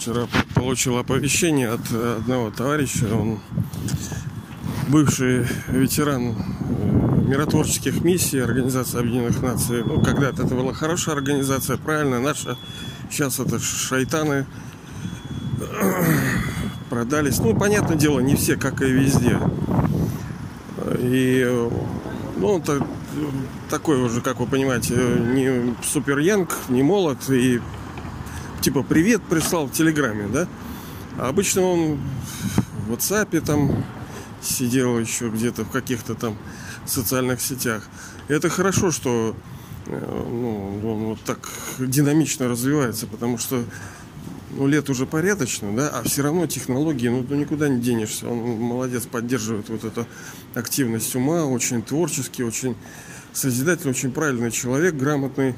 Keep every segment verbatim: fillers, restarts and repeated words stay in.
Вчера получил оповещение от одного товарища, он бывший ветеран миротворческих миссий Организации Объединенных Наций. Ну, когда-то это была хорошая организация, правильно, наша. Сейчас это шайтаны продались. Ну, понятное дело, не все, как и везде. И, ну, он-то такой уже, как вы понимаете, не супер янг, не молод. И типа привет прислал в Телеграме, да? А обычно он в WhatsApp там сидел еще где-то в каких-то там социальных сетях. И это хорошо, что ну, он вот так динамично развивается, потому что ну, лет уже порядочно, да, а все равно технологии, ну, ну никуда не денешься. Он молодец, поддерживает вот эту активность ума, очень творческий, очень созидательный, очень правильный человек, грамотный.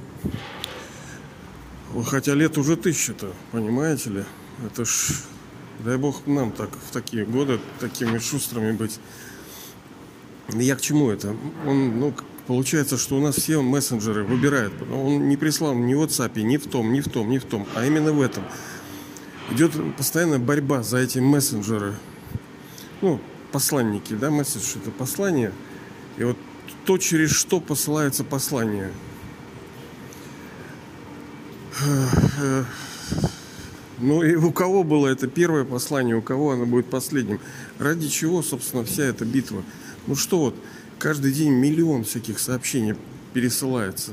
Хотя лет уже тысяча-то, понимаете ли? Это ж, дай бог нам так в такие годы такими шустрыми быть. Я к чему это? Он, ну, получается, что у нас все мессенджеры выбирают. Он не прислал ни в WhatsApp, ни в том, ни в том, ни в том, а именно в этом. Идет постоянная борьба за эти мессенджеры. Ну, посланники, да, месседж это послание. И вот то, через что посылается послание. Ну и у кого было это первое послание, у кого оно будет последним? Ради чего, собственно, вся эта битва? Ну что вот, каждый день миллион всяких сообщений пересылается.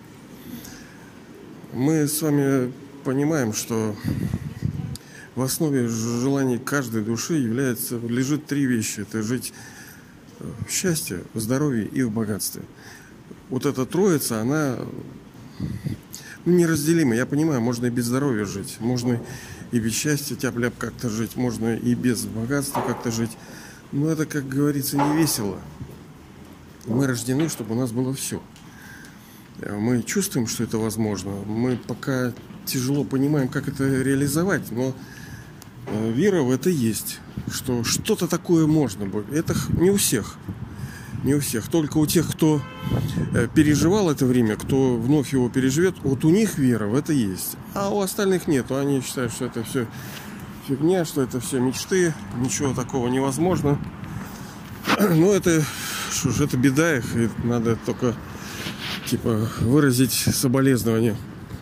Мы с вами понимаем, что в основе желаний каждой души является, лежит три вещи. Это жить в счастье, в здоровье и в богатстве. Вот эта троица, она ну, неразделима. Я понимаю, можно и без здоровья жить, можно и без счастья тяп-ляп как-то жить, можно и без богатства как-то жить. Но это, как говорится, не весело. Мы рождены, чтобы у нас было все. Мы чувствуем, что это возможно. Мы пока тяжело понимаем, как это реализовать, но вера в это есть, что что-то такое можно будет. Это не у всех. Не у всех. Только у тех, кто переживал это время, кто вновь его переживет, вот у них вера в это есть. А у остальных нет. Они считают, что это все фигня, что это все мечты, ничего такого невозможно. Ну, это, что ж, это беда их, и надо только, типа, выразить соболезнования.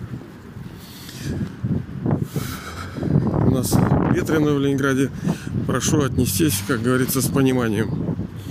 У нас ветрено в Ленинграде. Прошу отнестись, как говорится, с пониманием.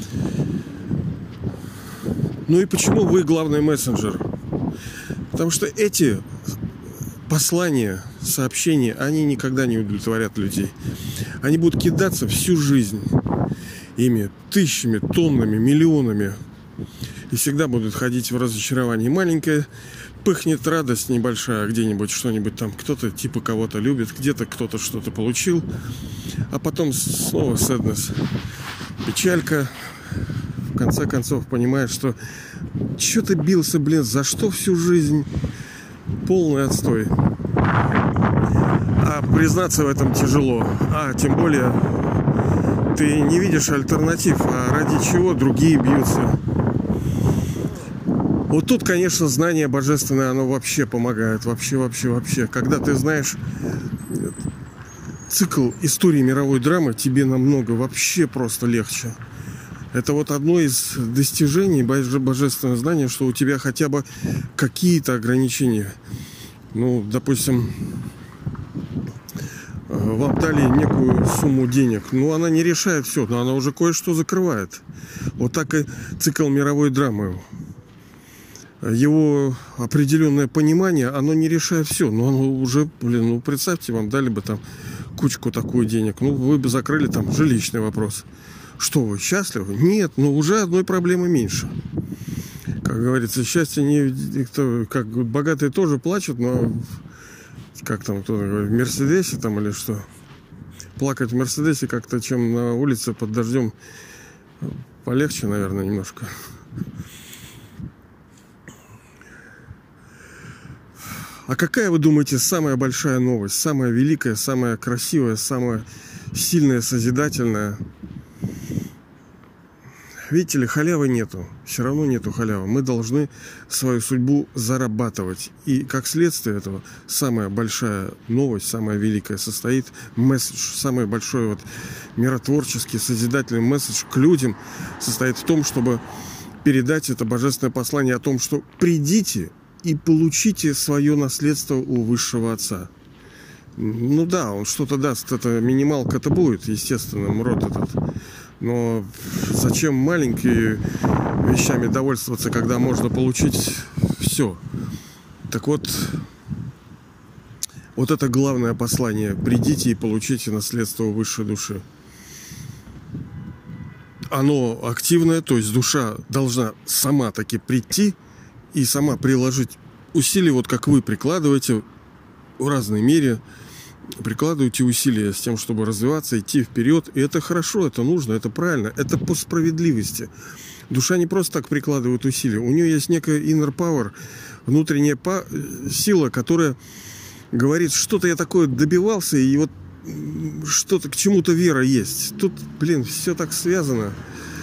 Ну и почему вы главный мессенджер? Потому что эти послания, сообщения, они никогда не удовлетворят людей. Они будут кидаться всю жизнь ими тысячами, тоннами, миллионами. И всегда будут ходить в разочаровании. Маленькая пыхнет радость небольшая где-нибудь, что-нибудь там. Кто-то типа кого-то любит, где-то кто-то что-то получил. А потом снова sadness, печалька. В конце концов понимаешь, что что ты бился, блин, за что всю жизнь? Полный отстой. А признаться в этом тяжело. А тем более ты не видишь альтернатив. А ради чего другие бьются? Вот тут, конечно, знание божественное, оно вообще помогает. Вообще, вообще, вообще. Когда ты знаешь цикл истории мировой драмы, тебе намного вообще просто легче. Это вот одно из достижений божественного знания, что у тебя хотя бы какие-то ограничения. Ну, допустим, вам дали некую сумму денег. Ну, она не решает все, но она уже кое-что закрывает. Вот так и цикл мировой драмы. Его определенное понимание, оно не решает все. Но оно уже, блин, ну представьте, вам дали бы там кучку такую денег. Ну, вы бы закрыли там жилищный вопрос. Что вы, счастливы? Нет, но уже одной проблемы меньше. Как говорится, счастье не... Кто, как богатые тоже плачут, но как там кто-то говорит, в Мерседесе там или что? Плакать в Мерседесе как-то, чем на улице под дождем, полегче, наверное, немножко. А какая, вы думаете, самая большая новость? Самая великая, самая красивая, самая сильная, созидательная? видите ли, халявы нету. Все равно нету халявы. Мы должны свою судьбу зарабатывать. И как следствие этого, самая большая новость, самая великая состоит месседж, самый большой вот миротворческий, созидательный месседж к людям состоит в том, чтобы передать это божественное послание о том, что придите и получите свое наследство у Высшего Отца. Ну да, он что-то даст, это минималка это будет, естественно, мрот этот. Но зачем маленькими вещами довольствоваться, когда можно получить все? Так вот, вот это главное послание. Придите и получите наследство высшей души. Оно активное, то есть душа должна сама таки прийти и сама приложить усилия, вот как вы прикладываете в разной мере, прикладываете усилия с тем, чтобы развиваться, идти вперед. И это хорошо, это нужно, это правильно, это по справедливости. Душа не просто так прикладывает усилия. У нее есть некая inner power, внутренняя сила, которая говорит, что-то я такое добивался, и вот что-то к чему-то вера есть. Тут, блин, все так связано.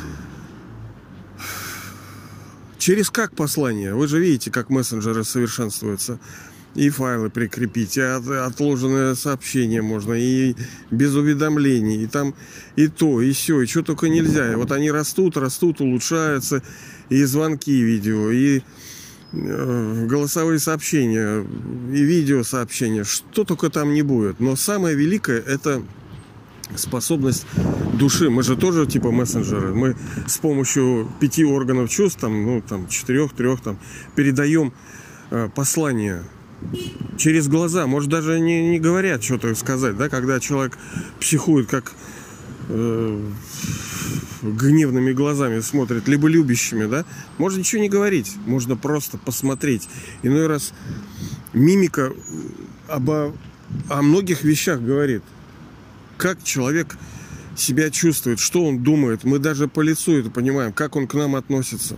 Через как послание? Вы же видите, как мессенджеры совершенствуются. И файлы прикрепить, и от, отложенное сообщение можно, и без уведомлений, и там и то, и все, и что только нельзя. И вот они растут, растут, улучшаются, и звонки видео, и э, голосовые сообщения, и видеосообщения, что только там не будет. Но самое великое — это способность души. Мы же тоже типа мессенджеры. Мы с помощью пяти органов чувств, там, ну, там, четырех, трех, там, передаем э, послание через глаза. Может, даже не, не говорят что-то сказать, да, когда человек психует, как э, гневными глазами смотрит, либо любящими, да, можно ничего не говорить, можно просто посмотреть. Иной раз мимика обо, о многих вещах говорит. Как человек себя чувствует, что он думает. Мы даже по лицу это понимаем, как он к нам относится.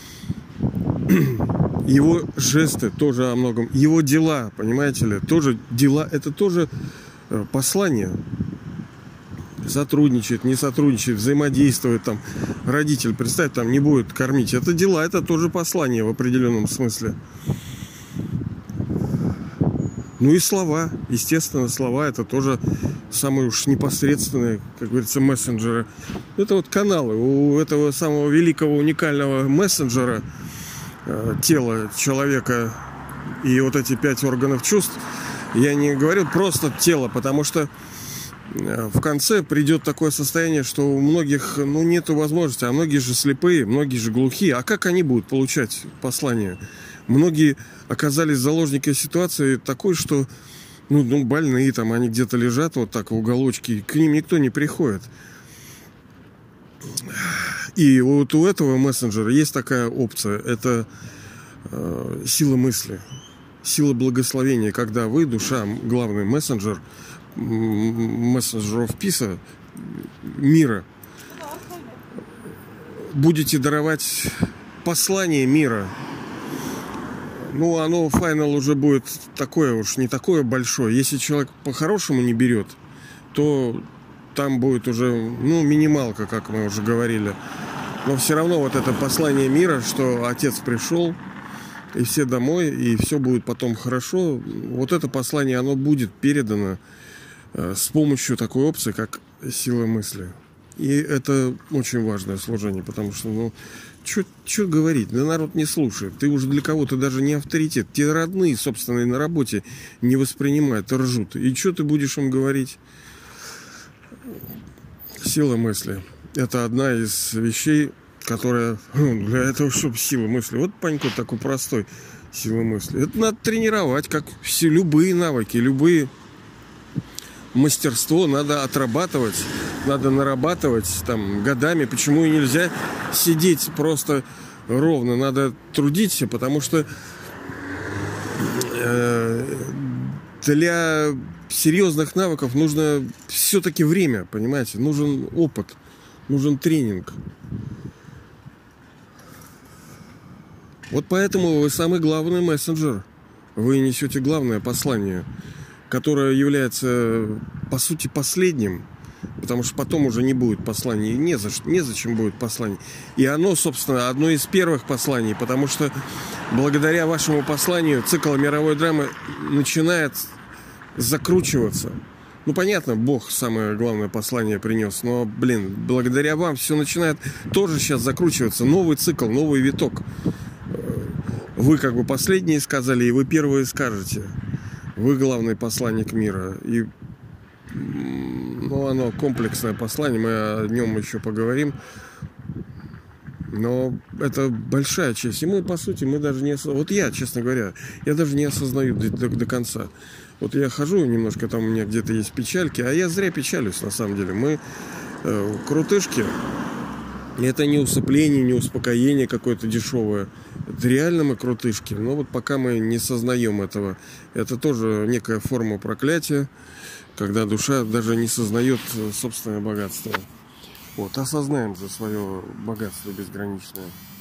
Его жесты тоже о многом. Его дела, понимаете ли, тоже дела, это тоже послание. Сотрудничает, не сотрудничает, взаимодействует. Там родитель, представь, там не будет кормить. Это дела, это тоже послание в определенном смысле. Ну и слова, естественно, слова это тоже самые уж непосредственные, как говорится, мессенджеры. Это вот каналы у этого самого великого уникального мессенджера, э, тела человека и вот эти пять органов чувств. Я не говорю просто тело, потому что э, в конце придет такое состояние, что у многих, ну, нету возможности, а многие же слепые, многие же глухие. А как они будут получать послание? Многие оказались заложниками ситуации такой, что ну, ну, больные, там, они где-то лежат вот так в уголочке, к ним никто не приходит. И вот у этого мессенджера есть такая опция, это э, сила мысли, сила благословения, когда вы, душа, главный мессенджер, мессенджеров писа, мира, будете даровать послание мира. Ну, оно финал уже будет такое уж, не такое большое. Если человек по-хорошему не берет, то там будет уже, ну, минималка, как мы уже говорили. Но все равно вот это послание мира, что Отец пришел, и все домой, и все будет потом хорошо. Вот это послание, оно будет передано э, с помощью такой опции, как сила мысли. И это очень важное служение, потому что, ну, что говорить? Да народ не слушает. Ты уже для кого-то даже не авторитет. Те родные, собственные, на работе не воспринимают, ржут. И что ты будешь им говорить? Сила мысли. Это одна из вещей, которая... Ну, для этого, чтобы сила мысли. Вот Панько такой простой. Сила мысли. Это надо тренировать, как все любые навыки, любые... Мастерство надо отрабатывать, надо нарабатывать там годами. Почему и нельзя сидеть просто ровно? Надо трудиться, потому что э, для серьезных навыков нужно все-таки время, понимаете? Нужен опыт, нужен тренинг. Вот поэтому вы самый главный мессенджер. Вы несете главное послание, которое является, по сути, последним. Потому что потом уже не будет посланий, не за, незачем будет посланий. И оно, собственно, одно из первых посланий, потому что благодаря вашему посланию цикл мировой драмы начинает закручиваться. Ну, понятно, Бог самое главное послание принес, но, блин, благодаря вам все начинает тоже сейчас закручиваться. Новый цикл, новый виток. Вы как бы последние сказали, и вы первые скажете. Вы главный посланник мира. И, ну, оно комплексное послание, мы о нем еще поговорим. Но это большая честь. И мы, по сути, мы даже не осознаю. Вот я, честно говоря, я даже не осознаю до, до, до конца. Вот я хожу немножко, там у меня где-то есть печальки, а я зря печалюсь, на самом деле. Мы э, крутышки. Это не усыпление, не успокоение какое-то дешевое. Это реально мы крутышки. Но вот пока мы не сознаем этого, это тоже некая форма проклятия, когда душа даже не сознает собственное богатство. Вот, осознаем за свое богатство безграничное.